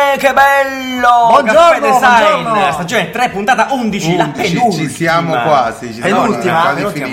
che bello! Buongiorno, Caffè Design, buongiorno. Stagione 3, puntata 11, la penultima. Ci siamo quasi. Penultima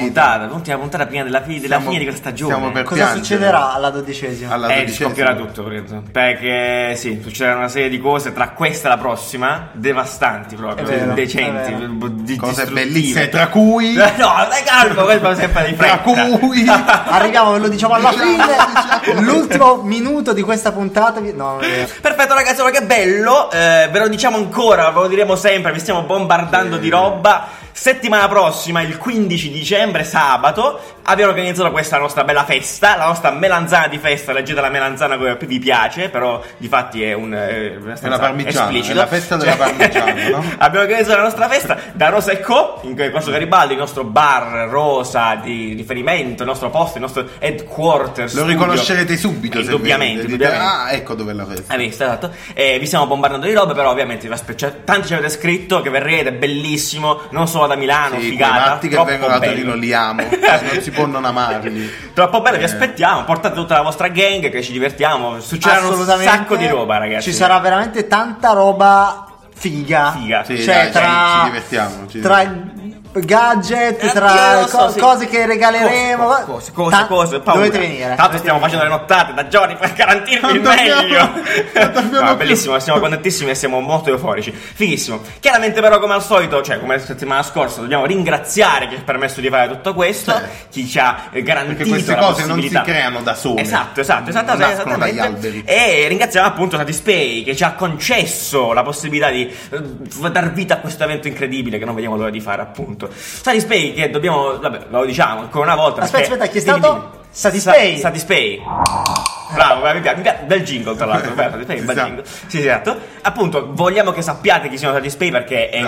puntata prima della fine di questa stagione. Stiamo per Cosa piangere. succederà alla 12ª? Alla Scoppierà tutto, penso. Perché sì, succederà una serie di cose tra questa e la prossima devastanti proprio, È vero, indecenti, è vero. Cose distruttive. bellissime, tra cui No, dai calmo, questo sempre di tra fretta. cui Arriviamo, ve lo diciamo alla fine. L'ultimo minuto di questa puntata. No, non è vero. Perfetto ragazzi, allora che bello, ve lo diciamo ancora, ve lo diremo sempre, vi stiamo bombardando di roba. Settimana prossima, il 15 dicembre, sabato, abbiamo organizzato questa nostra bella festa, la nostra melanzana di festa. Leggete la melanzana come più vi piace, però di fatti è una parmigiana, esplicito. è la festa della parmigiana, no? Abbiamo organizzato la nostra festa da Rosa & Co, in Corso Garibaldi, il nostro bar rosa di riferimento, il nostro posto, il nostro headquarter. lo riconoscerete subito. se Indubbiamente, vedete. Dite, indubbiamente. ecco dove è la festa. Hai visto, esatto. Vi stiamo bombardando di robe, però ovviamente tanti ci avete scritto che verrete, bellissimo, non solo da Milano, Sì, figata. quei matti che troppo vengono da bello. Torino li amo, non si può non amarli. Troppo bello, vi aspettiamo, portate tutta la vostra gang che ci divertiamo, succederà un sacco di roba, ragazzi. Ci sarà veramente tanta roba figa. Sì, Cioè, dai, ci divertiamo. Tra gadget, tra Io lo so, sì. cose che regaleremo. Cose, paura. Dovete venire. Tanto stiamo facendo le nottate da giorni per garantirvi il meglio. No, è bellissimo, siamo contentissimi e siamo molto euforici. Fighissimo. Chiaramente però come al solito, cioè come la settimana scorsa, dobbiamo ringraziare chi ci ha permesso di fare tutto questo, chi ci ha garantito Perché queste la cose non si possibilità. creano da sole. Esatto, nascono dagli alberi. E ringraziamo appunto Satispay che ci ha concesso la possibilità di dar vita a questo evento incredibile che non vediamo l'ora di fare, appunto. Satispay che dobbiamo, vabbè, lo diciamo ancora una volta. Aspetta, chi è Dimmi. stato? Satispay. Satispay. Bravo, mi piace, bel jingle tra l'altro, Satispay, bel jingle. Sì, esatto. Appunto, vogliamo che sappiate chi siano Satispay perché è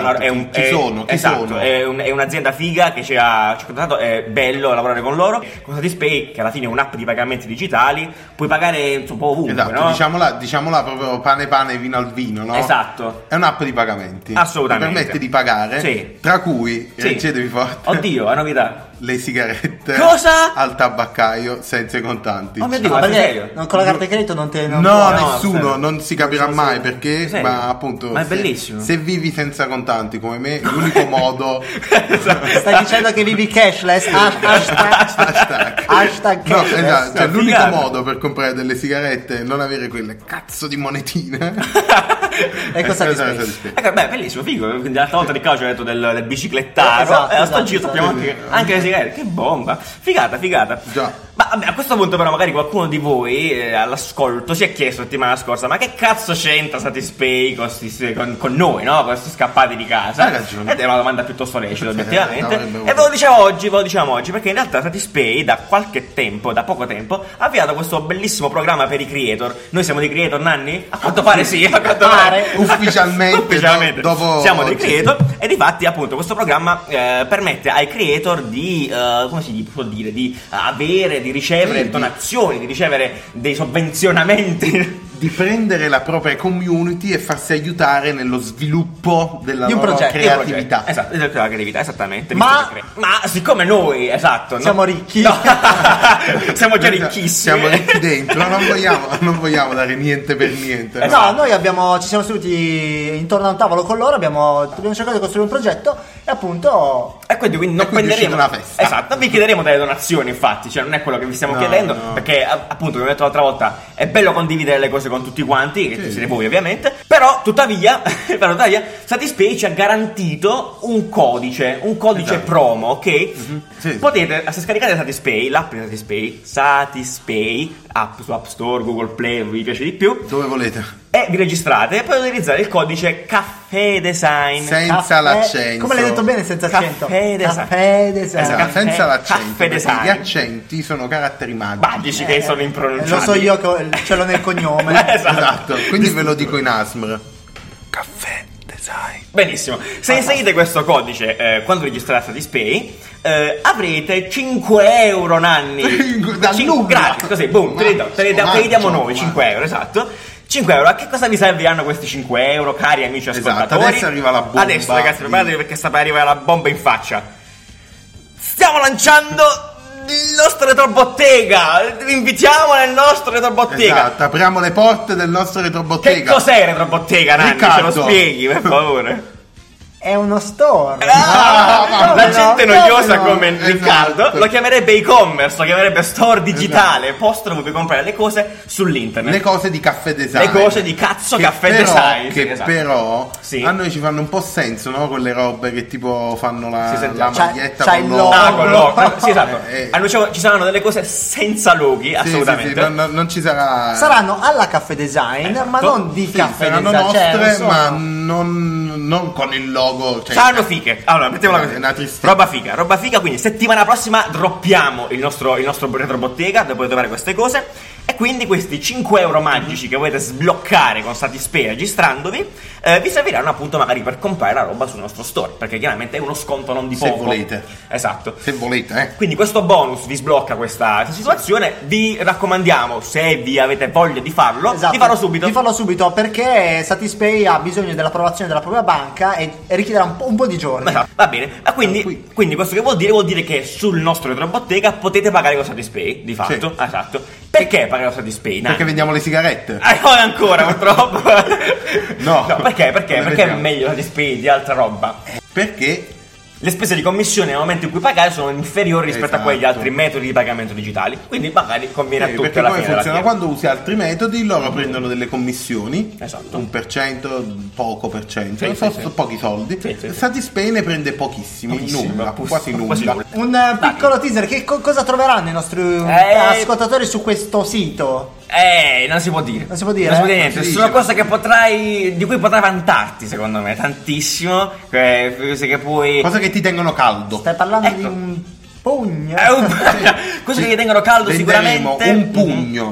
è un'azienda figa che ci ha contattato, è bello lavorare con loro. Con Satispay, che alla fine è un'app di pagamenti digitali, puoi pagare un po' ovunque, Esatto, no? diciamola proprio pane, vino al vino, no? Esatto. È un'app di pagamenti. Assolutamente. Ti permette di pagare, Sì. tra cui, Sì. reggetevi forte, Oddio, è novità. le sigarette Cosa? al tabaccaio senza i contanti. Oh mio Dio, Ma ma perché serio? con la carta di credito non te. No, no, nessuno, serio. non si capirà mai perché, Serio? ma appunto, Ma è bellissimo. se vivi senza contanti come me, l'unico modo Stai dicendo che vivi cashless? Hashtag no, cashless. esatto, cioè, l'unico figata. modo per comprare delle sigarette è non avere quelle cazzo di monetine. Ecco Satispay. Ecco, beh, bellissimo, figo. Quindi l'altra volta Riccardo ci ha detto del biciclettaro. Esatto, a sto esatto, giro sappiamo anche le sigarette. Che bomba. Figata. Già. Ma vabbè, a questo punto però magari qualcuno di voi all'ascolto si è chiesto settimana scorsa: ma che cazzo c'entra Satispay con noi, no? Con questi scappati di casa? Hai ragione. Ed è una domanda piuttosto lecita, obiettivamente. avrebbe E ve lo diciamo oggi, perché in realtà Satispay da poco tempo, ha avviato questo bellissimo programma per i creator. Noi siamo dei creator, Nanni? A quanto pare sì, a quanto pare. Ufficialmente, dopo siamo dei oggi. creator. E difatti appunto questo programma permette ai creator di come si può dire, di avere, di ricevere Sì, donazioni, di ricevere dei sovvenzionamenti. Di prendere la propria community e farsi aiutare nello sviluppo della Di un loro progetto. creatività. Esatto, della creatività, esattamente. Ma- Ma siccome noi, esatto, Siamo ricchi. No. Siamo già ricchissimi. Siamo ricchi dentro, non vogliamo dare niente per niente. Esatto. No, noi ci siamo seduti intorno a un tavolo con loro, abbiamo cercato di costruire un progetto e appunto. E quindi non E quindi è prenderemo uscita una festa. Esatto, non vi chiederemo delle donazioni, infatti, cioè non è quello che vi stiamo No, chiedendo, no. perché appunto, come ho detto l'altra volta, è bello condividere le cose con tutti quanti, che siete voi ovviamente, però tuttavia Satispay ci ha garantito un codice Esatto. promo, ok? Sì. Potete, se scaricate Satispay, l'app di Satispay, app su App Store, Google Play, vi piace di più, Dove volete. e vi registrate e potete utilizzare il codice Caffè Design. Senza l'accento. Come l'hai detto bene senza accento? Caffè Design. Caffè Design. Esatto. Senza l'accento. Caffè Perché design. gli accenti sono caratteri Magici che sono impronunciabili. Lo so io che ce l'ho nel cognome. Esatto. Quindi ve lo dico in ASMR. Caffè Design. Benissimo. Se inserite questo codice quando registrate Satispay, avrete 5 euro, Nanni. Dal nulla. Gratis, così, boom, te li diamo noi, 5 euro, esatto. 5 euro, a che cosa vi serviranno questi 5 euro, cari amici ascoltatori? Adesso arriva la bomba. Adesso, ragazzi, preparatevi perché sta per arrivare la bomba in faccia. Stiamo lanciando il nostro retrobottega. Vi invitiamo nel nostro retrobottega. Esatto, apriamo le porte del nostro Che retrobottega. cos'è il retrobottega, Nanni? Riccardo. Ce lo spieghi, per favore. È uno store. La gente noiosa come no? come Riccardo Esatto. lo chiamerebbe e-commerce, lo chiamerebbe store digitale, posto dove puoi comprare le cose sull'internet. Le cose di caffè design. Le cose di cazzo Che caffè però- design. Che sì, esatto. però Sì. a noi ci fanno un po' senso, no? Quelle robe che tipo fanno la, Sì, senti, la c'ha- maglietta c'ha con il logo. logo. Ah, con logo. Sì, esatto. Eh. A noi ci saranno delle cose senza loghi, Sì, assolutamente. sì, sì, non ci sarà. Saranno alla caffè design, ma non di Sì, caffè saranno design. Cioè, nostre, non sono- ma non con il logo. Cioè, Saranno fiche. Allora, mettiamola È così. una tristezza. Roba figa, quindi settimana prossima droppiamo il nostro retrobottega dove potete trovare queste cose. E quindi questi 5 euro magici che potete sbloccare con Satispay registrandovi vi serviranno appunto magari per comprare la roba sul nostro store, perché chiaramente è uno sconto non di Se poco. volete. Esatto. Se volete, Quindi questo bonus vi sblocca questa situazione. Vi raccomandiamo, se vi avete voglia di farlo, Esatto. di farlo subito. Di farlo subito perché Satispay ha bisogno dell'approvazione della propria banca e richiederà un po' di giorni. Esatto, va bene. Ma quindi questo che vuol dire? Vuol dire che sul nostro retrobottega potete pagare con Satispay, di fatto. Sì. Esatto. Perché pagare con Satispay? perché vendiamo le sigarette. No, ancora purtroppo. No. Perché? Non le Perché è vediamo. meglio Satispay di altra roba? Perché Le spese di commissione nel momento in cui pagare sono inferiori rispetto a quegli Esatto. altri metodi di pagamento digitali. Quindi magari conviene a tutti perché alla come fine della funziona? fiera. Quando usi altri metodi loro prendono delle commissioni, Esatto. 1%, poco per cento, Sì, sono sì, sì. pochi soldi. Sì, sì, sì. Satispay ne prende pochissimi, Pochissimo, nulla, quasi nulla. quasi nulla. Un piccolo teaser, che cosa troveranno i nostri ascoltatori su questo sito? Non si può dire. Non si può dire, Non si può eh? dire niente. Non si Sono dice. cose che di cui potrai vantarti, secondo me, tantissimo. Cose che puoi. Cose che ti tengono caldo. Stai parlando di Ecco. un pugno? Cose che ti tengono caldo Venderemo sicuramente. un pugno,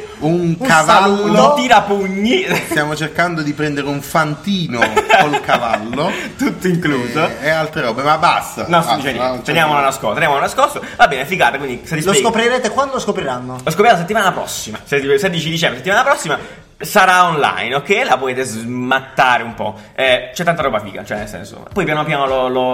un Un cavallo. saluto. Un tirapugni. Stiamo cercando di prendere un fantino col cavallo Tutto incluso. e altre robe, ma basta. No, si Basta, dice non niente. c'è Teniamolo nulla. nascosto. Va bene, figata. Quindi Lo scoprirete quando lo scopriranno? Lo scopriamo la settimana prossima. 16 dicembre, settimana prossima. Sarà online, ok? La potete smattare un po'. C'è tanta roba figa, cioè nel senso. Poi piano piano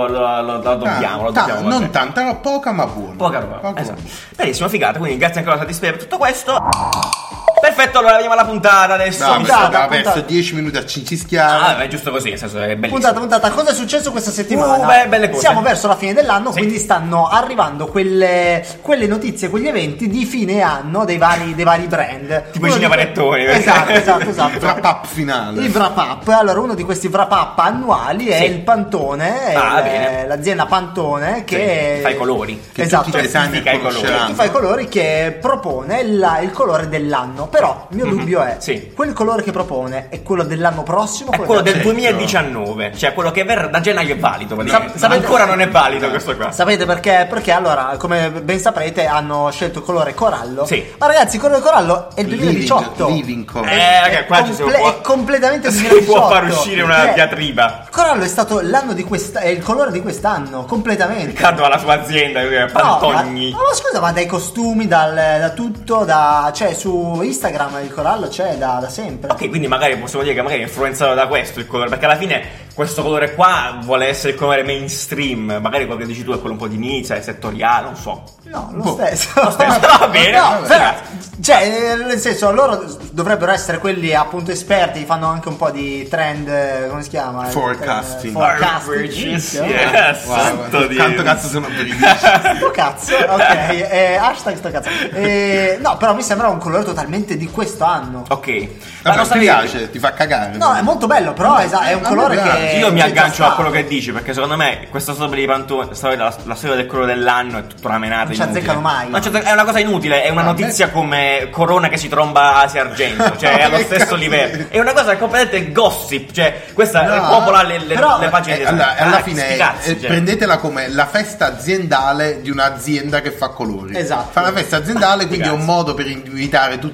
lo dobbiamo. Non tanta, però poca ma buona. Poca roba. Poca Esatto. buona. Benissimo, figata. Quindi grazie ancora a Satispay per tutto questo. Perfetto, allora vediamo la puntata adesso. No, Puntata, abbiamo puntata. perso 10 minuti a cincischiare. È giusto così, nel senso è bellissimo. Puntata, cosa è successo questa settimana? Belle cose. Siamo verso la fine dell'anno, Sì. quindi stanno arrivando quelle notizie, quegli eventi di fine anno dei vari brand. Tipo i Uno di cinepanettoni. Esatto. Wrap up finale. Il wrap up, allora uno di questi wrap up annuali è Sì. il Pantone, Bene. l'azienda Pantone che Sì, fa i colori. Che esatto, tutti i designer Certifica i colori. conosceranno. chi fa i colori, che propone il colore dell'anno. Però il mio dubbio è Sì. quel colore che propone è quello dell'anno prossimo, È quello del Certo. 2019, cioè quello che verrà da gennaio è valido. praticamente. Sapete- Ancora non è valido questo qua. Sapete perché? Perché allora, come ben saprete, hanno scelto il colore corallo. Sì. Ma ragazzi, il colore corallo è il 2018. Living color. Ragazzi, qua ci si può- È completamente si 2018. può far uscire una Cioè, diatriba. il corallo è stato l'anno di è il colore di quest'anno, completamente. Riccardo ha la sua azienda, No, Pantogni. ma scusa, ma dai costumi, da tutto, cioè su Instagram il corallo c'è da sempre. Ok, quindi magari possiamo dire che magari è influenzato da questo il colore, perché alla fine questo colore qua vuole essere il colore mainstream, magari quello che dici tu è quello un po' di nicchia, è settoriale, non so. No, lo Boh. stesso. Lo stesso, va bene. No, Vabbè. però, cioè, nel senso, loro dovrebbero essere quelli appunto esperti, fanno anche un po' di trend, come si chiama? Forecasting. Forecasting. Yes, Wow, santo Dio. quanto cazzo sono felice. Sto cazzo, ok, hashtag sto cazzo. No, però mi sembra un colore totalmente di questo anno. Ok. Ma Vabbè, non ti sapevi- piace, ti fa cagare. No, è molto bello, però è un a colore me piace. che... Io mi c'è aggancio già a quello stato. che dici, perché secondo me questa storia di Pantone, la storia del colore dell'anno è tutta una menata. Non ci inutile. azzeccano mai. Ma è una cosa inutile, è una notizia come Corona che si tromba Asia Argento, cioè è allo stesso livello. È una cosa completamente gossip, cioè questa No, popola le però, pagine di Alla fine sti cazzi, cioè. prendetela come la festa aziendale di un'azienda che fa colori. Esatto. Fa una festa aziendale, quindi è un cazzi. modo per invitare tutti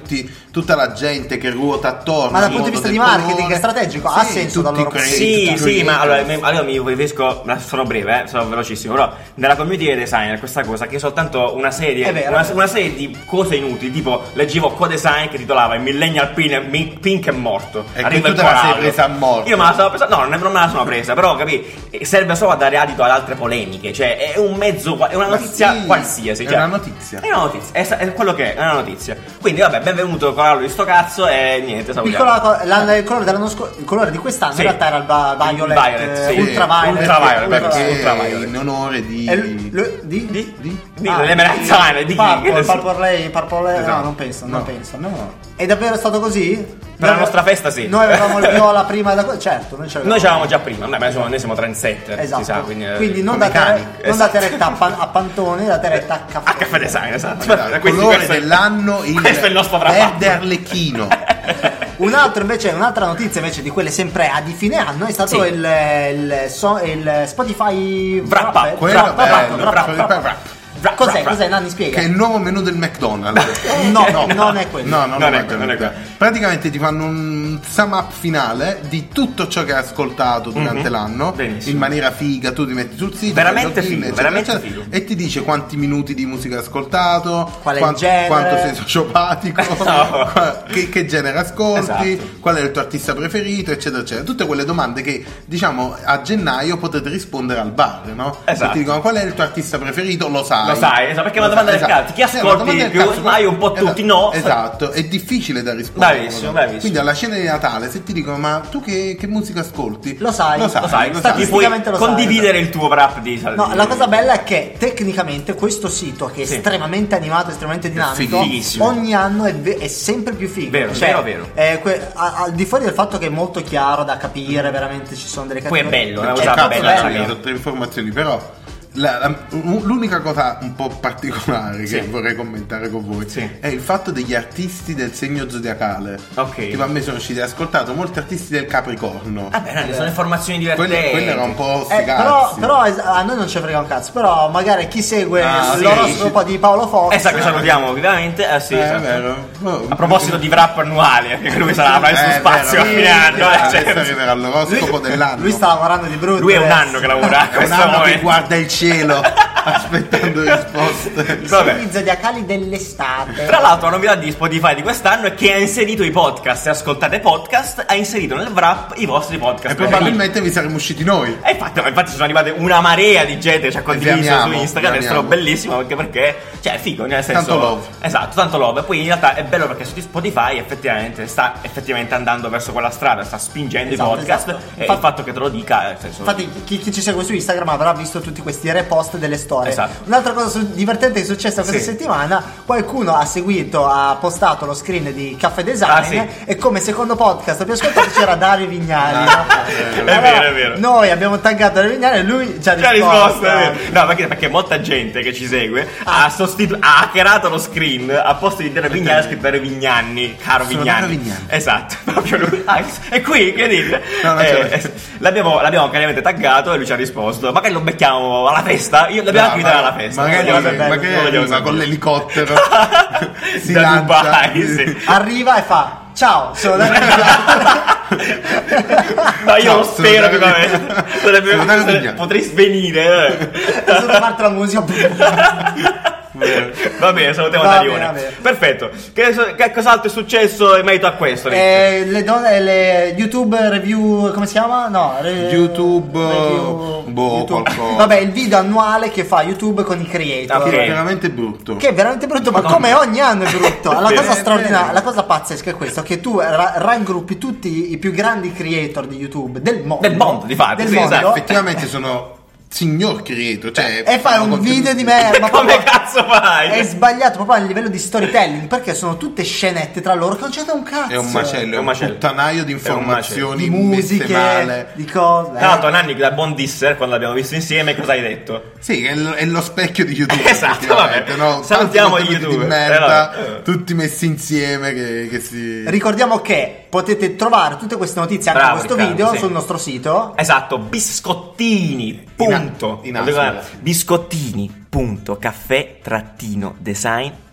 tutta la gente che ruota attorno. Ma dal punto di vista di marketing strategico ha senso dal loro Sì, ma allora mi riferisco, sono breve, sono velocissimo, però nella community dei designer questa cosa che è soltanto una serie di cose inutili, tipo leggevo co-design che titolava il Millennial Pink è morto. E arriva tu il te la sei corallo. presa a morto. Io me la sono presa, no, non me la sono presa, però capì, serve solo a dare adito ad altre polemiche, cioè è un mezzo, è una notizia qualsiasi, è una notizia. È una notizia, è quello che è una notizia. Quindi vabbè, benvenuto corallo di sto cazzo e niente, salutiamo. Il colore dell'anno scorso, il colore di quest'anno in realtà era il Violet, sì. Ultraviolet, in onore di l'emergenza di Purple, Esatto. no, non penso. No. È davvero stato così? Per la nostra festa sì. Noi avevamo il viola prima certo, noi c'avevamo già prima, noi siamo trendsetter, esatto. si sa, quindi non date retta a Pantone, date retta a Caffè Design, esatto. Il colore dell'anno, questo è il nostro verde arlecchino. Un'altra notizia invece di quelle sempre di fine anno è stato il Spotify Wrap Wrap. Cos'è? Nanni, spiega. Che è il nuovo menù del McDonald's. No, non è quello. No, non è quello. Praticamente ti fanno un sum up finale di tutto ciò che hai ascoltato durante l'anno. Benissimo. In maniera figa, tu ti metti sul sito, veramente figo, eccetera, e ti dice quanti minuti di musica hai ascoltato, il genere, quanto sei sociopatico, che genere ascolti, esatto. qual è il tuo artista preferito, eccetera, eccetera. Tutte quelle domande che diciamo a gennaio potete rispondere al bar, no? Esatto. E ti dicono qual è il tuo artista preferito, lo sai, perché è una domanda del cazzo. Chi ascolti di più? Ma io un po' tutti no. Esatto, è difficile da rispondere. Bravissimo. Quindi alla cena di Natale, se ti dicono ma tu che musica ascolti? Lo sai. Statisticamente puoi condividere il tuo rap di saldi. No, la cosa bella è che tecnicamente questo sito, che è estremamente animato, estremamente dinamico, ogni anno è sempre più figo. Vero. Al di fuori del fatto che è molto chiaro da capire, veramente ci sono delle poi è bello, è tutte le informazioni, però l'unica cosa un po' particolare che vorrei commentare con voi è il fatto degli artisti del segno zodiacale. Tipo a me sono usciti, ho ascoltato molti artisti del Capricorno. Sono informazioni divertenti. Quello era un po' sti però a noi non ci frega un cazzo. Però magari chi segue l'oroscopo di Paolo Fox, che salutiamo ovviamente. È vero. A proposito di wrap annuali, perché lui sarà su spazio a fine anno. Arriverà all'oroscopo dell'anno. Lui sta lavorando di brutto. Lui è un anno che lavora. È un anno che guarda il cielo aspettando risposte. I segni zodiacali dell'estate. Tra l'altro la novità di Spotify di quest'anno è che ha inserito i podcast. Se ascoltate podcast, ha inserito nel wrap i vostri podcast. E probabilmente vi saremmo usciti noi. E infatti sono arrivate una marea di gente che ci ha condiviso su Instagram. È stato bellissimo anche perché è figo, nel senso, tanto love. Esatto, tanto love. E poi in realtà è bello perché su Spotify effettivamente sta andando verso quella strada, sta spingendo i podcast. E il fatto che te lo dica, infatti chi ci segue su Instagram avrà visto tutti questi repost delle storie. Esatto. Un'altra cosa divertente che è successa questa settimana, qualcuno ha postato lo screen di Caffè Design e come secondo podcast più ascoltato c'era Dario Vignali. È vero. Noi abbiamo taggato Dario Vignali e lui ci ha risposto. No, perché molta gente che ci segue ha hackerato lo screen, a posto di Dario Vignali ha scritto Dario Vignani, caro Vignani. Esatto, proprio lui. E qui che dite? L'abbiamo chiaramente taggato e lui ci ha risposto. Magari lo becchiamo alla festa. Io l'abbiamo invitato alla festa. Magari con l'elicottero si da lancia Dubai, arriva e fa ciao, sono Dario ma io lo spero che potrei svenire. Sotto parte la musica. Va bene, salutiamo Darione. Perfetto. Che cos'altro è successo in merito a questo? Le YouTube review, come si chiama? No, YouTube. Qualcosa. Vabbè, il video annuale che fa YouTube con i creator. Che è veramente brutto. Ma come ogni anno è brutto. La cosa straordinaria, la cosa pazzesca è questo: che tu raggruppi tutti i più grandi creator di YouTube del mondo. Di fatto. Esatto. Effettivamente sono signor creator, e fai un video di merda. Ma come cazzo fai? È sbagliato proprio a livello di storytelling, perché sono tutte scenette tra loro che non c'entra un cazzo. È un macello, è un puttanaio di informazioni, di musiche, di cose. Tra l'altro Nanni, da buon disser, quando l'abbiamo visto insieme, cosa hai detto? Sì, è lo specchio di YouTube. Esatto, vabbè. No? Salutiamo gli YouTube di merda, tutti messi insieme che si... Ricordiamo che potete trovare tutte queste notizie anche in questo video sul nostro sito. Esatto, biscottini. Biscottini.caffè-design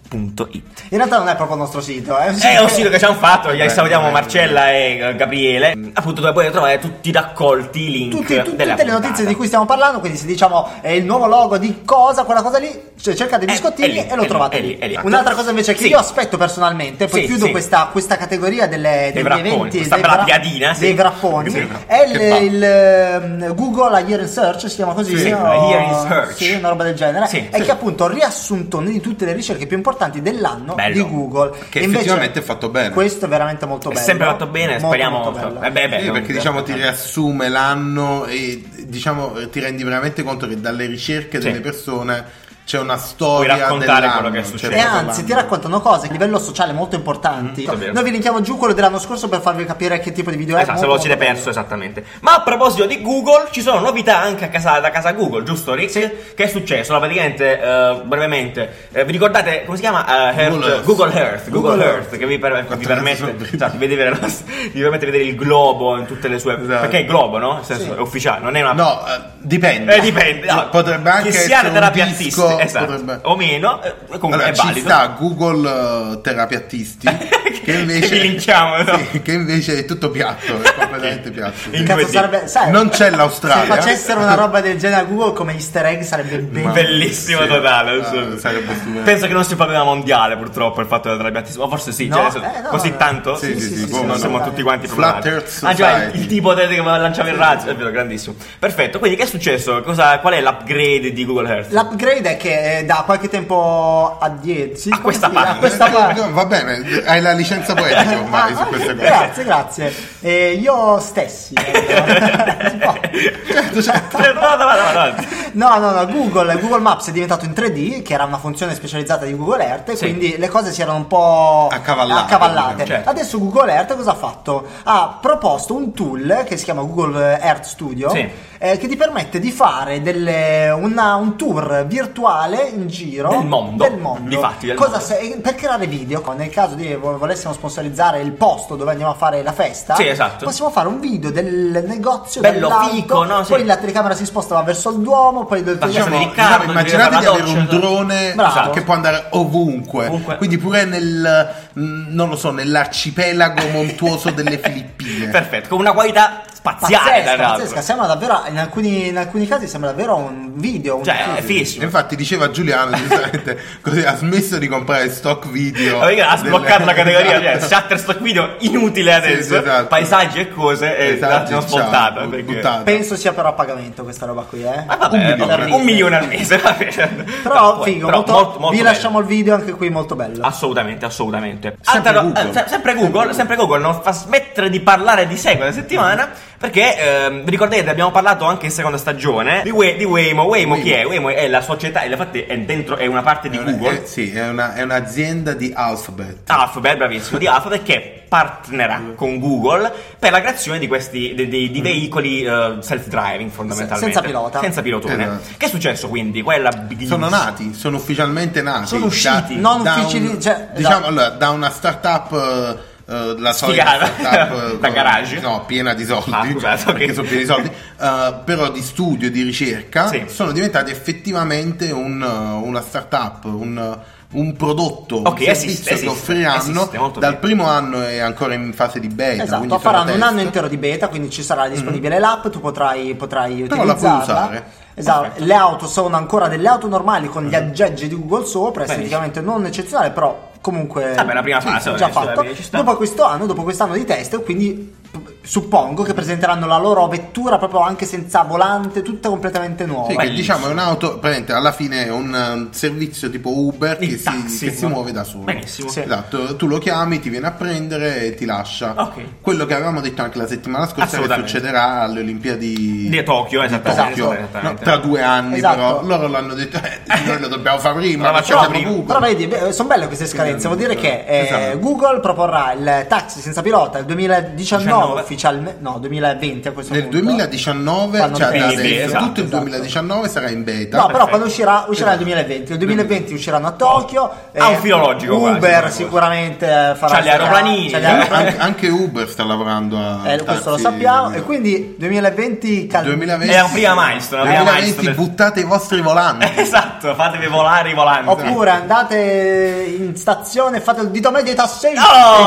In realtà non è proprio il nostro sito, è un sito che ci hanno fatto, gli salutiamo Marcella e Gabriele, appunto, dove puoi trovare tutti i raccolti, i link, tutte le notizie di cui stiamo parlando. Quindi se diciamo è il nuovo logo di cosa, quella cosa lì, cioè cercate i biscottini e lo trovate lì. Un'altra cosa invece che io aspetto personalmente, poi chiudo questa categoria degli eventi, questa bella piadina, dei wrapponi, è il Google A Year in Search, si chiama così, A Year in Search, sì, una roba del genere, e che appunto ha riassunto di tutte le ricerche più importanti dell'anno di Google, che effettivamente è fatto bene. Questo è veramente molto bello, è sempre fatto bene, speriamo molto perché diciamo ti riassume l'anno e diciamo ti rendi veramente conto che dalle ricerche delle persone c'è una storia, puoi raccontare quello che è successo, e anzi ti raccontano cose a livello sociale molto importanti. Noi vi linkiamo giù quello dell'anno scorso per farvi capire che tipo di video è. Se lo siete perso, esattamente. Ma a proposito di Google, ci sono novità anche da casa Google, giusto Rick? Sì. Che è successo? No, praticamente, brevemente, vi ricordate come si chiama? Google Earth, che vi permette di vedere il globo in tutte le sue, perché è il globo, no? Nel senso è ufficiale, non è una... No, dipende. No, potrebbe anche essere terapia artistica. Esatto. O meno, comunque allora, è valido. Ci sta Google Terapiattisti che invece che linkiamo, no? che invece è tutto piatto, è completamente piatto. Cazzo, sarebbe, sai, non c'è l'Australia. Se facessero una roba del genere a Google come easter egg sarebbe bellissimo, totale. Sarebbe stupendo. Penso che non sia un problema mondiale, purtroppo, il fatto del terapiattismo. O forse sì, così tanto? Sì, non siamo tutti quanti Flat Earth Society. Già, il tipo che lanciava il razzo, è vero, grandissimo. Perfetto, quindi che è successo? Qual è l'upgrade di Google Earth? L'upgrade è che da qualche tempo a questa parte va bene, hai la licenza poetica ormai su queste cose. Grazie. Io stessi no, Google Maps è diventato in 3D, che era una funzione specializzata di Google Earth, e quindi le cose si erano un po' accavallate. Certo. Adesso Google Earth cosa ha fatto? Ha proposto un tool che si chiama Google Earth Studio, che ti permette di fare un tour virtuale in giro del mondo. Difatti, per creare video, nel caso di volessimo sponsorizzare il posto dove andiamo a fare la festa, possiamo fare un video del negozio bello fico, no? Poi la telecamera si sposta verso il Duomo, poi immaginate di avere un drone che può andare ovunque. Quindi pure non lo so, nell'arcipelago montuoso delle Filippine. Perfetto, con una qualità spaziale, pazzesca. Sembra davvero, in alcuni casi sembra davvero un video, è fighissimo. Infatti diceva Giuliano giustamente, così ha smesso di comprare stock video, ha sbloccato la categoria, Shutterstock video inutile adesso, paesaggi e cose, e l'hanno svoltato. Penso sia però a pagamento questa roba qui, $1 milione al mese. Però figo, molto vi lasciamo il video anche qui, molto bello. Assolutamente. Sempre Google non fa smettere di parlare di sé questa settimana, perché vi ricordate, abbiamo parlato anche in seconda stagione di Waymo. Chi è? Waymo è la società, infatti è una parte di Google. È un'azienda di Alphabet, bravissimo, di Alphabet, che partnerà con Google per la creazione di questi di veicoli self-driving, fondamentalmente, senza pilotone. Che è successo quindi? Sono ufficialmente nati. Sono usciti, allora, da una startup la solita startup da garage, piena di soldi, perché sono pieni di soldi, però di studio, di ricerca, sono diventati effettivamente una startup, un prodotto, un servizio che offriranno. Dal primo anno è ancora in fase di beta, quindi faranno un anno intero di beta, quindi ci sarà disponibile l'app, tu potrai utilizzarla. Però la puoi usare. Esatto, le auto sono ancora delle auto normali con gli aggeggi di Google sopra, esteticamente non eccezionale, però comunque la prima fase già fatto. Dopo quest'anno di test, quindi suppongo che presenteranno la loro vettura proprio anche senza volante, tutta completamente nuova. Che diciamo è un'auto, praticamente alla fine è un servizio tipo Uber che si muove da solo. Benissimo. Esatto, tu lo chiami, ti viene a prendere e ti lascia. Quello che avevamo detto anche la settimana scorsa che succederà alle Olimpiadi di Tokyo, esattamente. No, tra 2 anni, però loro l'hanno detto noi lo dobbiamo fare prima, però vedi, sono belle queste scadenze, vuol dire che Google proporrà il taxi senza pilota il 2019 ufficialmente, ufficialmente, no, 2020 a questo nel punto. Nel 2019, tutto il 2019 sarà in beta. No, però quando uscirà nel 2020. Nel 2020 usciranno a Tokyo. Ha un filo logico. Uber sicuramente farà. C'ha gli aeroplanini. Anche Uber sta lavorando a questo lo sappiamo. E quindi 2020 è un prima milestone. 2020 buttate i vostri volanti. Esatto, fatevi volare i volanti. Oppure andate in stazione e fate il dito medio ai tassenti.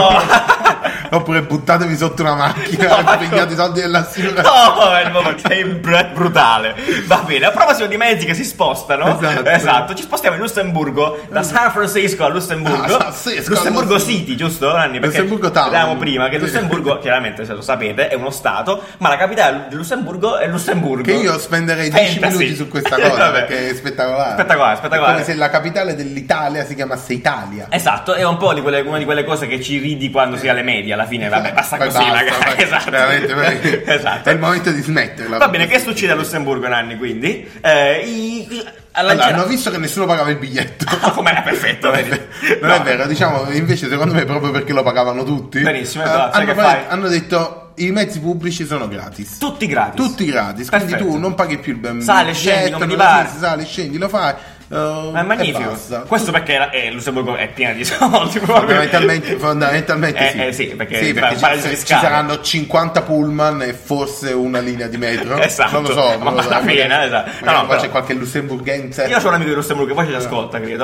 Oppure buttatevi sotto una macchina e pigliate i soldi dell'assicurazione. È brutale. Va bene, a proposito di mezzi che si spostano, esatto, ci spostiamo in Lussemburgo, da San Francisco a Lussemburgo. Lussemburgo City, giusto, Nanni? Perché Lussemburgo Town. Vedevamo prima che Lussemburgo, chiaramente, se lo sapete, è uno stato, ma la capitale di Lussemburgo è Lussemburgo. Che io spenderei 10 minuti su questa cosa perché è spettacolare. È come se la capitale dell'Italia si chiamasse Italia. Esatto, è un po' una di quelle cose che ci ridi quando si è alle medie. Alla fine, vabbè, basta così, magari. Esatto. Veramente. Esatto. È il momento di smetterla. Va bene, che succede a Lussemburgo, Nanni? Quindi hanno visto che nessuno pagava il biglietto. Com'era perfetto. Non è vero, diciamo, invece secondo me proprio perché lo pagavano tutti. Benissimo, hanno detto i mezzi pubblici sono gratis. Tutti gratis. Quindi tu non paghi più il biglietto. Sali, scendi, come ti pare. Sali, scendi, lo fai. È magnifico. Questo perché Lussemburgo è piena di soldi. Fondamentalmente sì, perché ci saranno 50 pullman e forse una linea di metro. Esatto. Non lo so. Ma alla fine, esatto. Poi c'è qualche lussemburghense. Io ho un amico di Lussemburgo che poi ci ascolta, credo.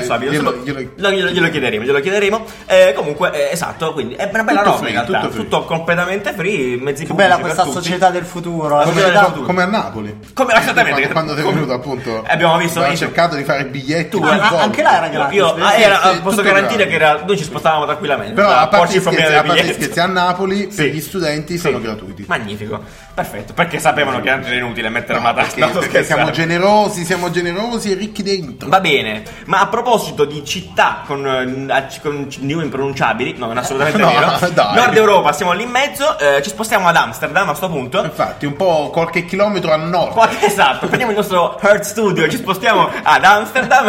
Glielo chiederemo. Comunque, esatto, quindi è una bella roba in realtà. Tutto completamente free, mezzi pubblici. Bella questa società del futuro. Come a Napoli. Esattamente. Quando sei venuto, appunto. Abbiamo visto. Cercato di fare biglietti anche là era gratis. Posso garantire che noi ci spostavamo tranquillamente. Però a parte scherzi, a Napoli per gli studenti sono gratuiti. Magnifico, perfetto, perché sapevano che era inutile mettere una tassa. Perché siamo generosi e ricchi dentro. Va bene, ma a proposito di città con nomi impronunciabili, no, non è assolutamente vero. Dai. Nord Europa, siamo lì in mezzo, ci spostiamo ad Amsterdam a sto punto. Infatti, un po' qualche chilometro a nord. Esatto, prendiamo il nostro Heart Studio e ci spostiamo ad Amsterdam.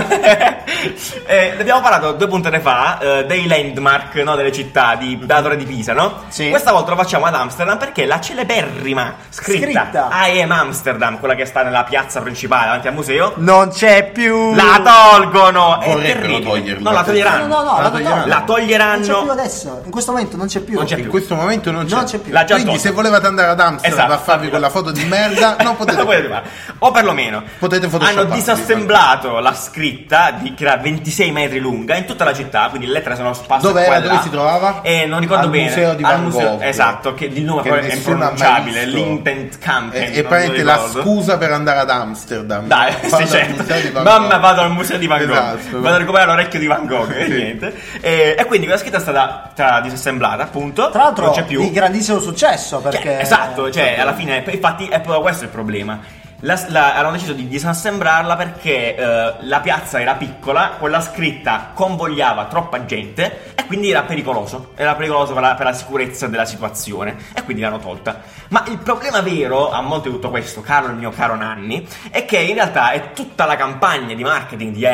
Abbiamo parlato 2 puntate fa dei landmark, no, delle città della Torre di Pisa, no? Sì. Questa volta lo facciamo ad Amsterdam perché la celeberrima scritta I am Amsterdam, quella che sta nella piazza principale davanti al museo, non c'è più. La tolgono. Vorrebbero toglierla. No, la toglieranno. La toglieranno. Non c'è più adesso. In questo momento non c'è più. In questo momento non c'è più. Quindi se volevate andare ad Amsterdam a farvi quella foto di merda, non potete fare. O perlomeno potete hanno disassemblato la scritta che era 26 metri lunga in tutta la città, quindi le lettere sono spasse. Dove si trovava? Non ricordo bene. Museo di Van Gogh. Esatto, che il nome è impronunciabile. L'Intent Campen. E praticamente la scusa per andare ad Amsterdam. Dai, certo. Mamma, vado al museo di Van Gogh. Esatto. Vado a recuperare l'orecchio di Van Gogh. E niente. E quindi quella scritta è stata disassemblata, appunto. Tra l'altro, non c'è più. Di grandissimo successo. Perché esatto, alla fine, infatti, è proprio questo il problema. Hanno deciso di disassemblarla perché la piazza era piccola, quella scritta convogliava troppa gente e quindi era pericoloso per la sicurezza della situazione, e quindi l'hanno tolta. Ma il problema vero a monte di tutto questo, caro il mio caro Nanni, è che in realtà è tutta la campagna di marketing di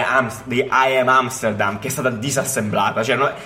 I am Amsterdam che è stata disassemblata,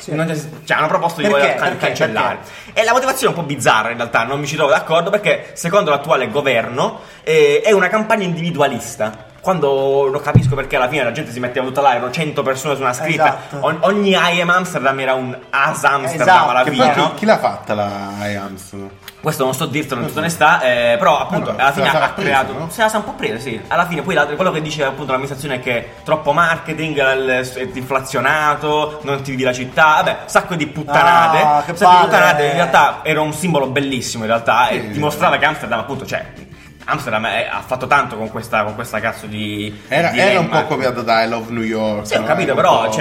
hanno proposto di cancellare. E la motivazione è un po' bizzarra in realtà, non mi ci trovo d'accordo, perché secondo l'attuale governo è una campagna individualista. Quando lo capisco, perché alla fine la gente si metteva tutta là, erano 100 persone su una scritta. Esatto. Ogni I am Amsterdam era un As Amsterdam alla fine, no? Chi l'ha fatta la I Amsterdam? Questo non sto dirtelo in tutta onestà, però appunto alla fine ha creato. No? Se la sa un po' presa, sì. Alla fine poi quello che dice appunto l'amministrazione è che troppo marketing, è inflazionato, non ti vedi la città, vabbè, sacco di puttanate. In realtà era un simbolo bellissimo in realtà, e dimostrava che Amsterdam appunto Amsterdam ha fatto tanto con questa cazzo di era un po' copiato da I Love New York. Sì, ho capito, però alla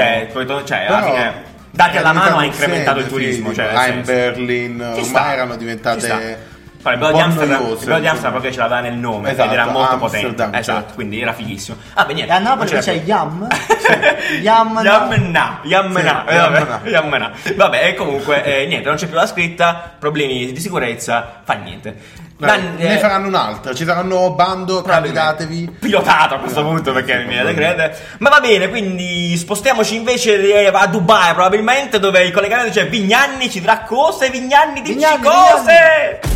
fine dati alla mano ha incrementato il turismo. I'm Berlin, ormai erano diventate. Il bello di Amsterdam perché ce l'aveva nel nome, esatto, ed era molto potente. Esatto, quindi era fighissimo. Niente. E a Napoli c'è Yam. Yamna. Vabbè, e comunque niente, non c'è più la scritta, problemi di sicurezza, fa niente. Ne faranno un'altra, ci saranno bando, candidatevi. Pilotato a questo punto, perché mi viene da credere. Ma va bene, quindi spostiamoci invece a Dubai, probabilmente, dove il collegamento c'è Vignanni, ci dirà cose, Vignanni, dici cose!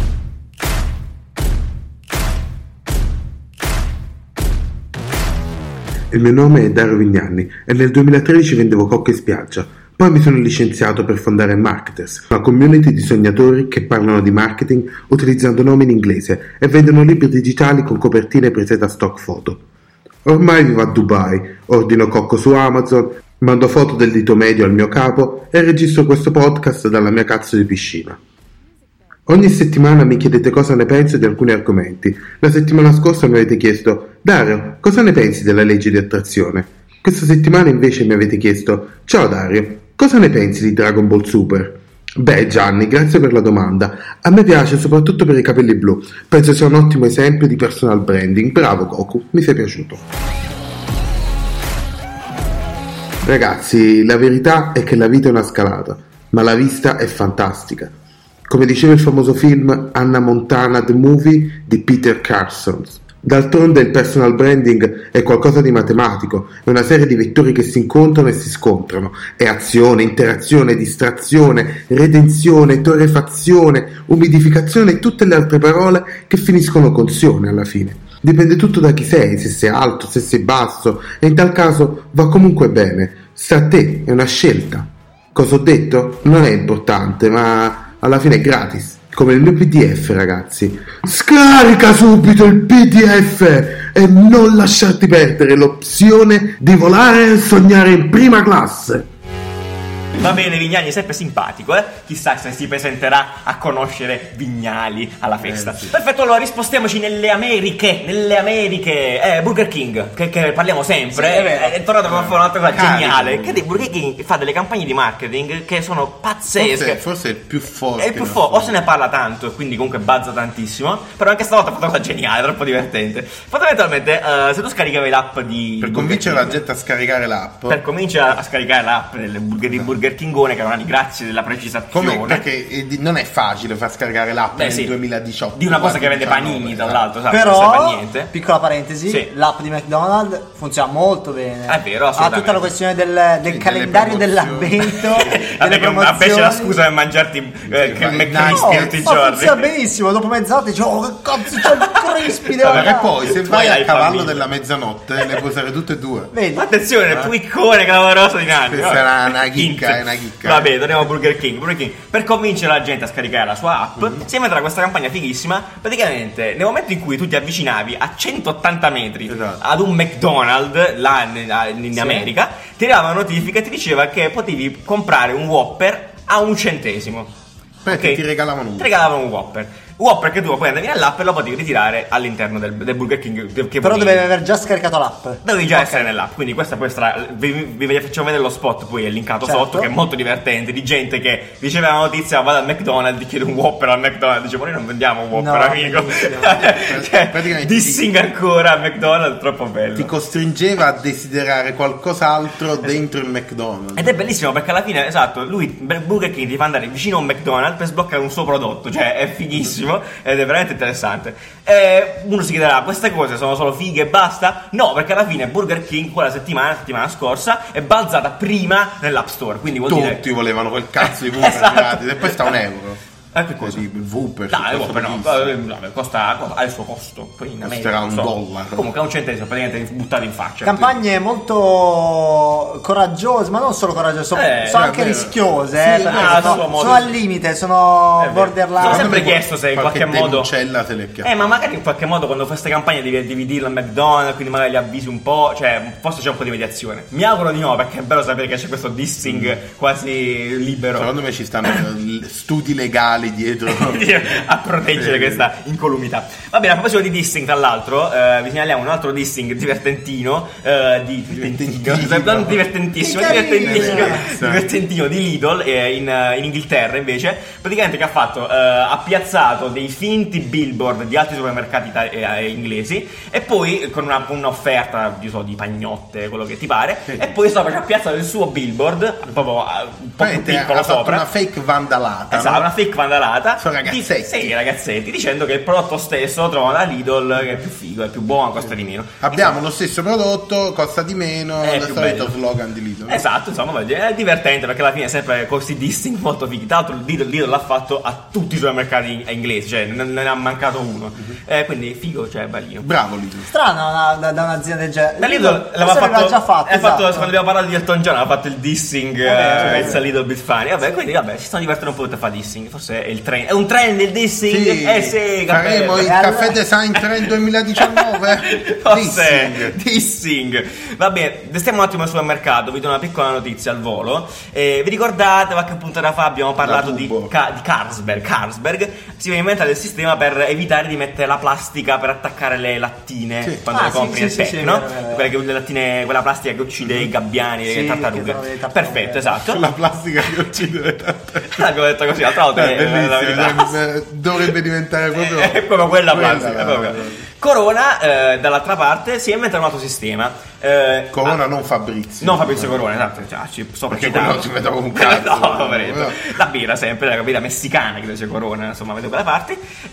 Il mio nome è Dario Vignanni e nel 2013 vendevo cocche in spiaggia. Poi mi sono licenziato per fondare Marketers, una community di sognatori che parlano di marketing utilizzando nomi in inglese e vendono libri digitali con copertine prese da stock photo. Ormai vivo a Dubai, ordino cocco su Amazon, mando foto del dito medio al mio capo e registro questo podcast dalla mia cazzo di piscina. Ogni settimana mi chiedete cosa ne penso di alcuni argomenti. La settimana scorsa mi avete chiesto: Dario, cosa ne pensi della legge di attrazione? Questa settimana invece mi avete chiesto: ciao Dario, cosa ne pensi di Dragon Ball Super? Beh Gianni, grazie per la domanda. A me piace soprattutto per i capelli blu. Penso sia un ottimo esempio di personal branding. Bravo Goku, mi sei piaciuto. Ragazzi, la verità è che la vita è una scalata, ma la vista è fantastica. Come diceva il famoso film Hannah Montana The Movie di Peter Carson. D'altronde il personal branding è qualcosa di matematico, è una serie di vettori che si incontrano e si scontrano, è azione, interazione, distrazione, redenzione, torrefazione, umidificazione e tutte le altre parole che finiscono con sione alla fine. Dipende tutto da chi sei, se sei alto, se sei basso, e in tal caso va comunque bene, sta a te, è una scelta. Cosa ho detto? Non è importante, ma alla fine è gratis. Come il mio PDF, ragazzi. Scarica subito il PDF e non lasciarti perdere l'opzione di volare e sognare in prima classe. Va bene, Vignali è sempre simpatico, Chissà se si presenterà a conoscere Vignali alla festa. Sì. Perfetto, allora rispostiamoci nelle Americhe. Burger King, che parliamo sempre. Sì, è tornato a fare un'altra cosa geniale. Che Burger King fa delle campagne di marketing che sono pazzesche. Forse è il più forte. O se ne parla tanto e quindi comunque buzza tantissimo. Però anche stavolta ha fatto una cosa geniale, troppo divertente. Fondamentalmente, se tu scaricavi l'app di per convincere la gente a scaricare l'app. Per convincere a scaricare l'app di Burger Kingone, che non grazie della precisazione. Perché non è facile far scaricare l'app nel 2018 di una cosa che vende panini, tra l'altro, però piccola parentesi, l'app di McDonald's funziona molto bene. È vero, assolutamente. Ha tutta la questione del calendario dell'avvento, delle promozioni. A me c'è la scusa per mangiarti il McCrispy tutti i giorni. Funziona benissimo, dopo mezz'ora dici: oh che cazzo c'è il crispy, e poi se vai a cavallo della mezzanotte le puoi usare tutte e due. Vedi? Attenzione, il piccone clamoroso di Nanni. Questa è una chicca, Vabbè, torniamo a Burger King. Per convincere la gente a scaricare la sua app, si inventerà questa campagna fighissima. Praticamente, nel momento in cui tu ti avvicinavi a 180 metri ad un McDonald's là in America, ti arrivava una notifica e ti diceva che potevi comprare un Whopper a 1 centesimo. Perché ti regalavano un Whopper che tu poi andavi nell'app e lo potevi ritirare all'interno del Burger King. Però dovevi aver già scaricato l'app. Dovevi già essere nell'app. Quindi questa poi sarà. Vi facciamo vedere lo spot, poi è linkato sotto, che è molto divertente. Di gente che riceve la notizia, vado al McDonald's, chiede un Whopper al McDonald's. Dice: ma noi non vendiamo un Whopper, amico. Praticamente dissing ancora al McDonald's, troppo bello. Ti costringeva a desiderare qualcos'altro dentro il McDonald's. Ed è bellissimo perché alla fine, Burger King ti fa andare vicino a un McDonald's per sbloccare un suo prodotto. Cioè, è fighissimo. Ed è veramente interessante. Uno si chiederà: queste cose sono solo fighe e basta? No, perché alla fine Burger King quella settimana scorsa è balzata prima nell'app store. Quindi tutti volevano quel cazzo di Whopper gratis e poi sta €1. Che cosa? Il Whopper. No, il Whopper no, costa ha il suo costo. Poi in America costerà $1. Comunque a 1 centesimo praticamente buttato in faccia. Campagne molto coraggiose, ma non solo coraggiose, sono anche rischiose. Sono al limite, sono borderline. Ho sempre chiesto se in qualche modo ma magari in qualche modo quando fai queste campagne devi dirlo al McDonald's, quindi magari li avvisi un po', cioè forse c'è un po' di mediazione. Mi auguro di no, perché è bello sapere che c'è questo dissing quasi libero. Secondo me ci stanno studi legali dietro a proteggere questa incolumità. Va bene, a proposito di dissing, tra l'altro vi segnaliamo un altro dissing divertentino divertentissimo di Lidl in Inghilterra, invece, praticamente, che ha fatto ha piazzato dei finti billboard di altri supermercati inglesi e poi con un'offerta di pagnotte, quello che ti pare, e poi sopra ha piazzato il suo billboard proprio un po' più piccolo sopra, una fake vandalata, una fake vandalata sbandalata. Sono ragazzetti. Sì, ragazzetti, dicendo che il prodotto stesso lo trovano da Lidl, che è più figo, è più buono, costa di meno. Abbiamo lo stesso prodotto, costa di meno, è il solito slogan di Lidl. Esatto, insomma, è divertente perché alla fine è sempre costi distinct molto fighi. Tra l'altro Lidl l'ha fatto a tutti i supermercati inglesi, cioè non ne ha mancato uno. Quindi figo, cioè bellino. Bravo Lidl. Strano da un'azienda del genere. Da Lidl l'aveva già fatto. Esatto. Quando abbiamo parlato di Elton John, aveva fatto il dissing pensa Little Bit Funny. Quindi si stanno divertendo un po' a fare dissing. Forse è il trend. È un trend il dissing? Sì, faremo il Caffè Design Trend 2019. Forse dissing. Vabbè, stiamo un attimo al supermercato, vi do una piccola notizia al volo. Vi ricordate qualche puntata fa abbiamo parlato di Carlsberg. Carlsberg si viene inventato il sistema per evitare di mettere la plastica per attaccare le lattine quando le compri nel pack, no? Le lattine, quella plastica che uccide i gabbiani, le tartarughe. Perfetto, esatto. La plastica che uccide le tartarughe. L'abbiamo detto così, l'altra volta dovrebbe diventare proprio è proprio quella plastica. Corona, dall'altra parte, si è inventato un altro sistema. Corona, non Fabrizio. Non Fabrizio Corona, esatto. Perché quello non ci vedo con un cazzo. No. La birra sempre, la birra messicana, credo sia Corona, insomma, vedo quella parte.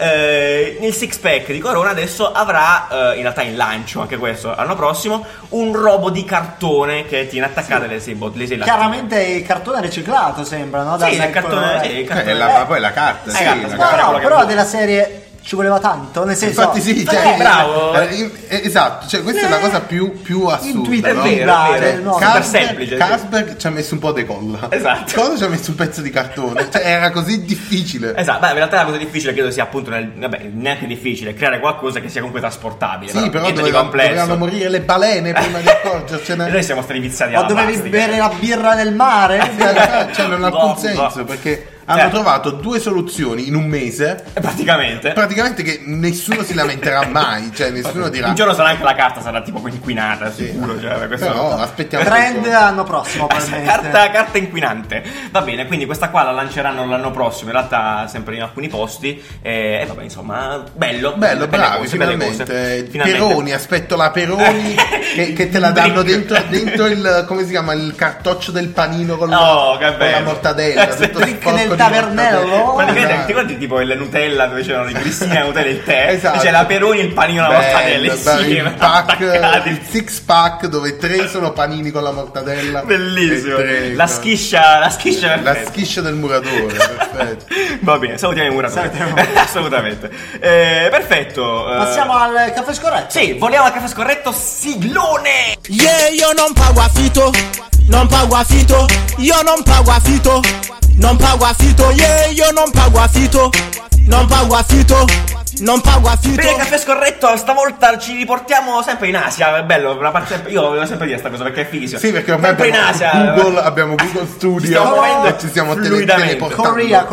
Nel six pack di Corona adesso avrà, in realtà in lancio, anche questo, l'anno prossimo, un robo di cartone che tiene attaccate le sei lattine. Chiaramente il cartone riciclato sembra, no? Sì, il cartone. Poi la carta. No, però della serie... Ci voleva tanto, nel senso. Infatti sì, bravo. Esatto, cioè questa è la cosa più assurda. Intuitiva, super semplice. Carlsberg ci ha messo un po' di colla. Esatto. Cosa ci ha messo un pezzo di cartone? Cioè era così difficile. Esatto, in realtà la cosa difficile credo sia appunto neanche difficile, creare qualcosa che sia comunque trasportabile. Sì, però dovevano morire le balene prima di accorgercene. Noi siamo stati viziati alla plastica. O dovevi bere la birra nel mare? Cioè non ha alcun senso, perché hanno trovato due soluzioni in un mese. Praticamente che nessuno si lamenterà mai. Cioè nessuno dirà. Un giorno sarà anche la carta, sarà tipo inquinata, sicuro. Cioè, però aspettiamo. Trend l'anno prossimo. Carta inquinante. Va bene, quindi questa qua la lanceranno l'anno prossimo. In realtà sempre in alcuni posti. E vabbè, insomma, bello, bravi, finalmente. Peroni, aspetto la Peroni che te la danno dentro il, come si chiama, il cartoccio del panino con la mortadella. Tutto tavernello. Praticamente ti ricordi tipo il Nutella dove c'erano i grissini, la Nutella e il tè? Esatto. C'è la Peroni, il panino e la mortadella insieme. Il six pack dove 3 sono panini con la mortadella. Bellissimo. La schiscia del muratore. Perfetto. Va bene, salutiamo i muratori. Assolutamente. Perfetto. Passiamo al caffè scorretto. Sì, vogliamo al caffè scorretto, siglone. Yeah, io non pago affitto. Non pago affitto. Io non pago affitto. Non pago affitto, yeah, io non pago affitto. Non pago affitto. Non pago affitto. Per il caffè scorretto stavolta ci riportiamo sempre in Asia. È bello, io volevo sempre dire sta cosa perché è fighissimo. Sì, perché ormai sempre in Asia. Abbiamo Google Studio e ci stiamo teleportando.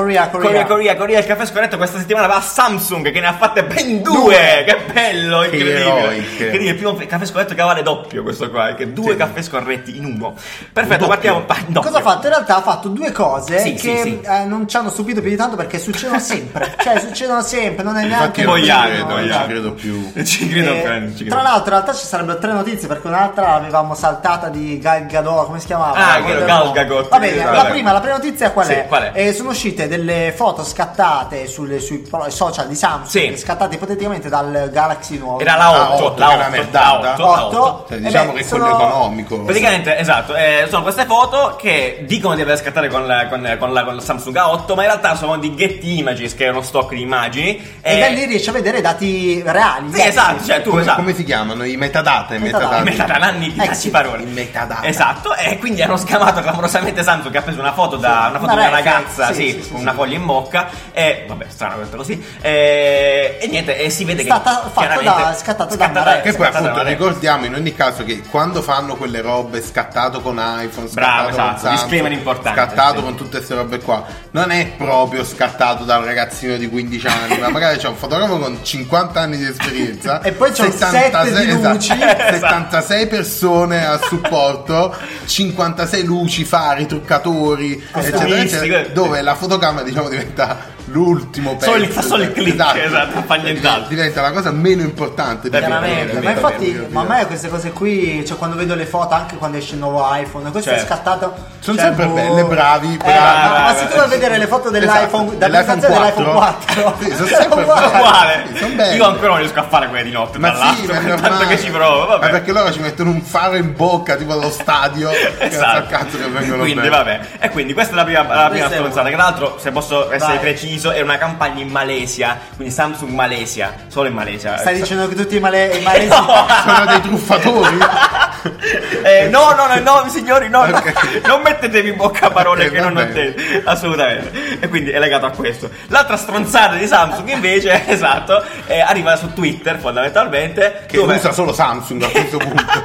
Korea. Il caffè scorretto questa settimana va a Samsung che ne ha fatte ben 2. Che bello, incredibile. Che il primo caffè scorretto che vale doppio questo qua, che 2 caffè scorretti in uno. Perfetto, partiamo. Cosa ha fatto? In realtà ha fatto 2 cose che non ci hanno stupito più di tanto perché succedono sempre. Cioè succedono sempre, non è neanche non ci credo più. Tra l'altro in realtà ci sarebbero 3 notizie perché un'altra l'avevamo saltata di Gal Gadot, come si chiamava? Gal Gadot. Va bene, la prima notizia qual è? Sono uscite delle foto scattate sui social di Samsung, scattate ipoteticamente dal Galaxy nuovo. Era la 8, la 8. Diciamo che è quello economico. Praticamente, esatto, sono queste foto che dicono di aver scattate con la Samsung A8, ma in realtà sono di Getty Images, che è uno stock di immagini. E da lì riesci a vedere dati reali. Sì, esatto, cioè tu come si chiamano? I metadata. Nanni di parole. I metadata. Esatto, e quindi hanno scamato clamorosamente Samsung che ha preso una foto di una ragazza, con una foglia in bocca e vabbè, strano questo così. E niente, e si vede che scattato da che poi appunto ricordiamo in ogni caso che quando fanno quelle robe scattato con iPhone, scattato con Samsung, disclaimer importante, scattato con tutte queste robe qua, non è proprio scattato da un ragazzino di 15 anni, ma magari c'è un fotografo con 50 anni di esperienza e poi c'è 76 di luci, 76 persone a supporto, 56 luci, fari, truccatori, eccetera, dove la fotocamera diciamo diventa l'ultimo pezzo. Solo il click, esatto, non fa nient'altro. Diventa la cosa meno importante. Veramente. Ma infatti, ma a me queste cose qui, cioè quando vedo le foto, anche quando esce il nuovo iPhone, questo è scattato. Sono sempre belle, bravi. Ma se tu vai a vedere le foto dell'iPhone, dell'iPhone 4, sono sempre uguale. Io ancora non riesco a fare quelle di notte. Ma sì, ma è tanto che ci provo. Vabbè. Ma perché loro ci mettono un faro in bocca, tipo allo stadio. Esatto. Cazzo che vengono quindi, vabbè. E quindi questa è la prima stronzata. Che tra l'altro, se posso essere preciso, è una campagna in Malesia. Quindi Samsung Malesia, solo in Malesia. Stai dicendo che tutti i malesi sono dei truffatori? No, signori, no. Non mettetevi in bocca parole che non ho detto. Assolutamente. E quindi è legato a questo. L'altra stronzata di Samsung invece, esatto, arriva su Twitter fondamentalmente. Che usa solo Samsung a questo punto.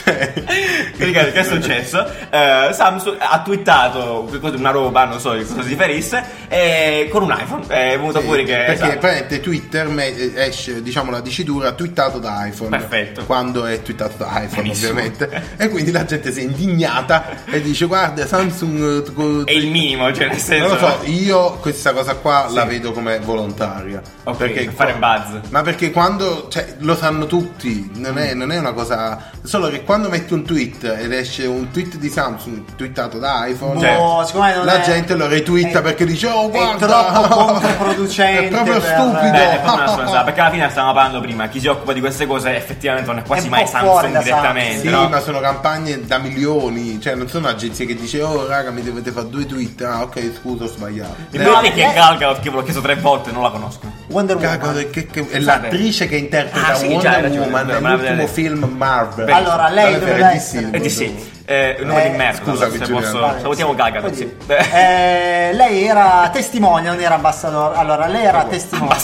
Che è successo? Samsung ha twittato una roba, non so di cosa si riferisse, con un iPhone. È venuto fuori che. Perché praticamente Twitter esce, diciamo, la dicitura twittato da iPhone. Perfetto. Quando è twittato da iPhone, ovviamente. E quindi la gente si è indignata e dice: guarda, Samsung è il minimo, cioè nel senso. Non lo so, io questa cosa qua la vedo come volontaria. Ok, perché per fare buzz. Ma perché quando, cioè, lo sanno tutti, non è una cosa. Solo che quando metti un tweet ed esce un tweet di Samsung twittato da iPhone, la gente lo retwitta perché dice: oh, guarda, è troppo controproducente, è proprio stupido. Perché alla fine stavamo parlando prima, chi si occupa di queste cose effettivamente non è quasi mai Samsung direttamente. Sì, no? Ma sono campagne da milioni, cioè non sono agenzie che dice: oh raga, mi dovete fare 2 tweet. Ah, ok, scusa, ho sbagliato. Il problema è che Gal Gadot, che ve l'ho chiesto 3 volte, non la conosco. Wonder Woman, che è l'attrice che interpreta Wonder Woman nell'ultimo film Marvel. Allora, lei doveva essere un nome di merda. Scusami, se posso. Salutiamo Gal Gadot, sì. Lei era testimone, non era ambassador. Allora, lei era testimone.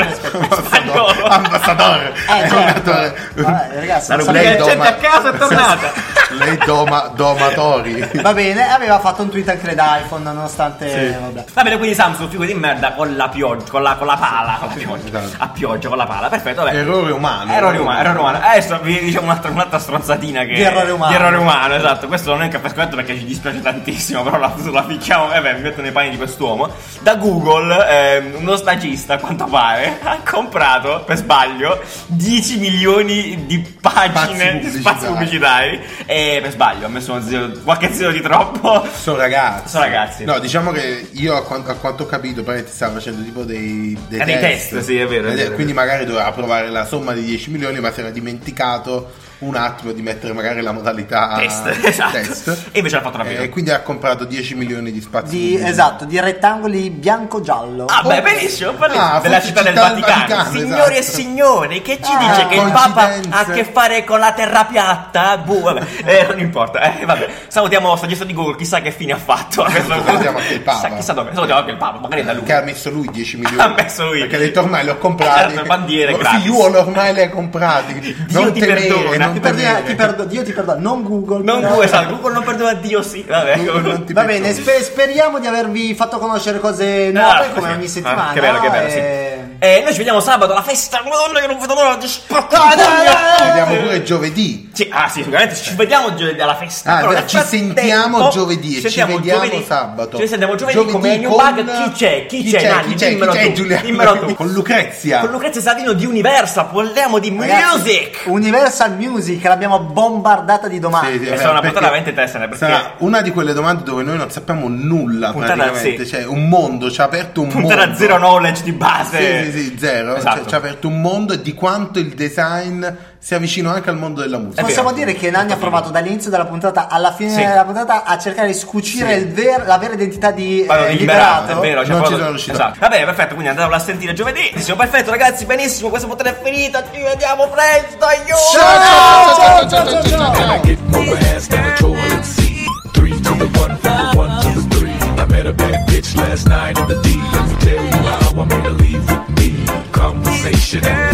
Ambassador. Certo. Ragazzi, lei gente a casa è tornata. Lei domatori. Va bene, aveva fatto un tweet anche da iPhone, nonostante. Va bene, quindi Samsung figo di merda con la pioggia, con la pala, a pioggia con la pala. Perfetto, vabbè. Errore umano. Adesso vi diciamo un'altra stronzatina che di errore umano. Esatto, questo non è un caffè perché ci dispiace tantissimo, però la picchiamo, mi metto nei panni di quest'uomo. Da Google, uno stagista, a quanto pare, ha comprato per sbaglio 10 milioni di pagine di spazi pubblicitari. E per sbaglio ha messo qualche zero di troppo. Sono ragazzi. No, diciamo che io a quanto ho capito, stava facendo tipo dei test. Sì, è vero. Quindi magari doveva provare la somma di 10 milioni, ma si era dimenticato un attimo di mettere magari la modalità test. E invece l'ha fatto rapidamente. E quindi ha comprato 10 milioni di spazi di rettangoli bianco-giallo. Beh, benissimo. Della città del Vaticano. Signori e signori, che ci dice che il Papa ha a che fare con la terra piatta? Vabbè, non importa. Vabbè, salutiamo lo stagista di Google, chissà che fine ha fatto. Salutiamo anche il Papa. Chissà dove. Salutiamo anche il Papa, magari da lui. Che ha messo lui 10 milioni. Ha messo lui. Perché ha detto ormai li ho comprati. Certo, bandiere gratis. Figliuolo, ormai li hai comprati. Dio ti perdona. Dio ti perdona, non Google. Google non perdona, Dio sì. Va bene, speriamo di avervi fatto conoscere cose nuove come ogni settimana. Che bello, sì. Noi ci vediamo sabato alla festa. Madonna, che non vedo l'ora di spaccare. Ci vediamo pure giovedì. Sì, sicuramente ci vediamo giovedì alla festa. Ci sentiamo giovedì e ci vediamo sabato. Ci sentiamo giovedì come New Bug. Chi c'è? Dimmelo tu. Con Lucrezia Savino di Universal. Parliamo di music. Universal Music, l'abbiamo bombardata di domande. Sì, sarà una puntata veramente interessante. Sarà una di quelle domande dove noi non sappiamo nulla praticamente. Cioè, un mondo, ci ha aperto un mondo. Puntata zero knowledge di base. Sì, zero. Esatto. Ci ha aperto un mondo e di quanto il design sia vicino anche al mondo della musica. Possiamo dire che Nanni ha provato dall'inizio della puntata alla fine della puntata a cercare di scucire la vera identità di Liberato. È vero, non ci sono riuscito. Esatto. Va bene, perfetto, quindi andatevela a sentire giovedì. Siamo perfetto, ragazzi, benissimo, questa puntata è finita. Ci vediamo presto. Last night in the deep, let me tell you how I made her leave with me. Conversation.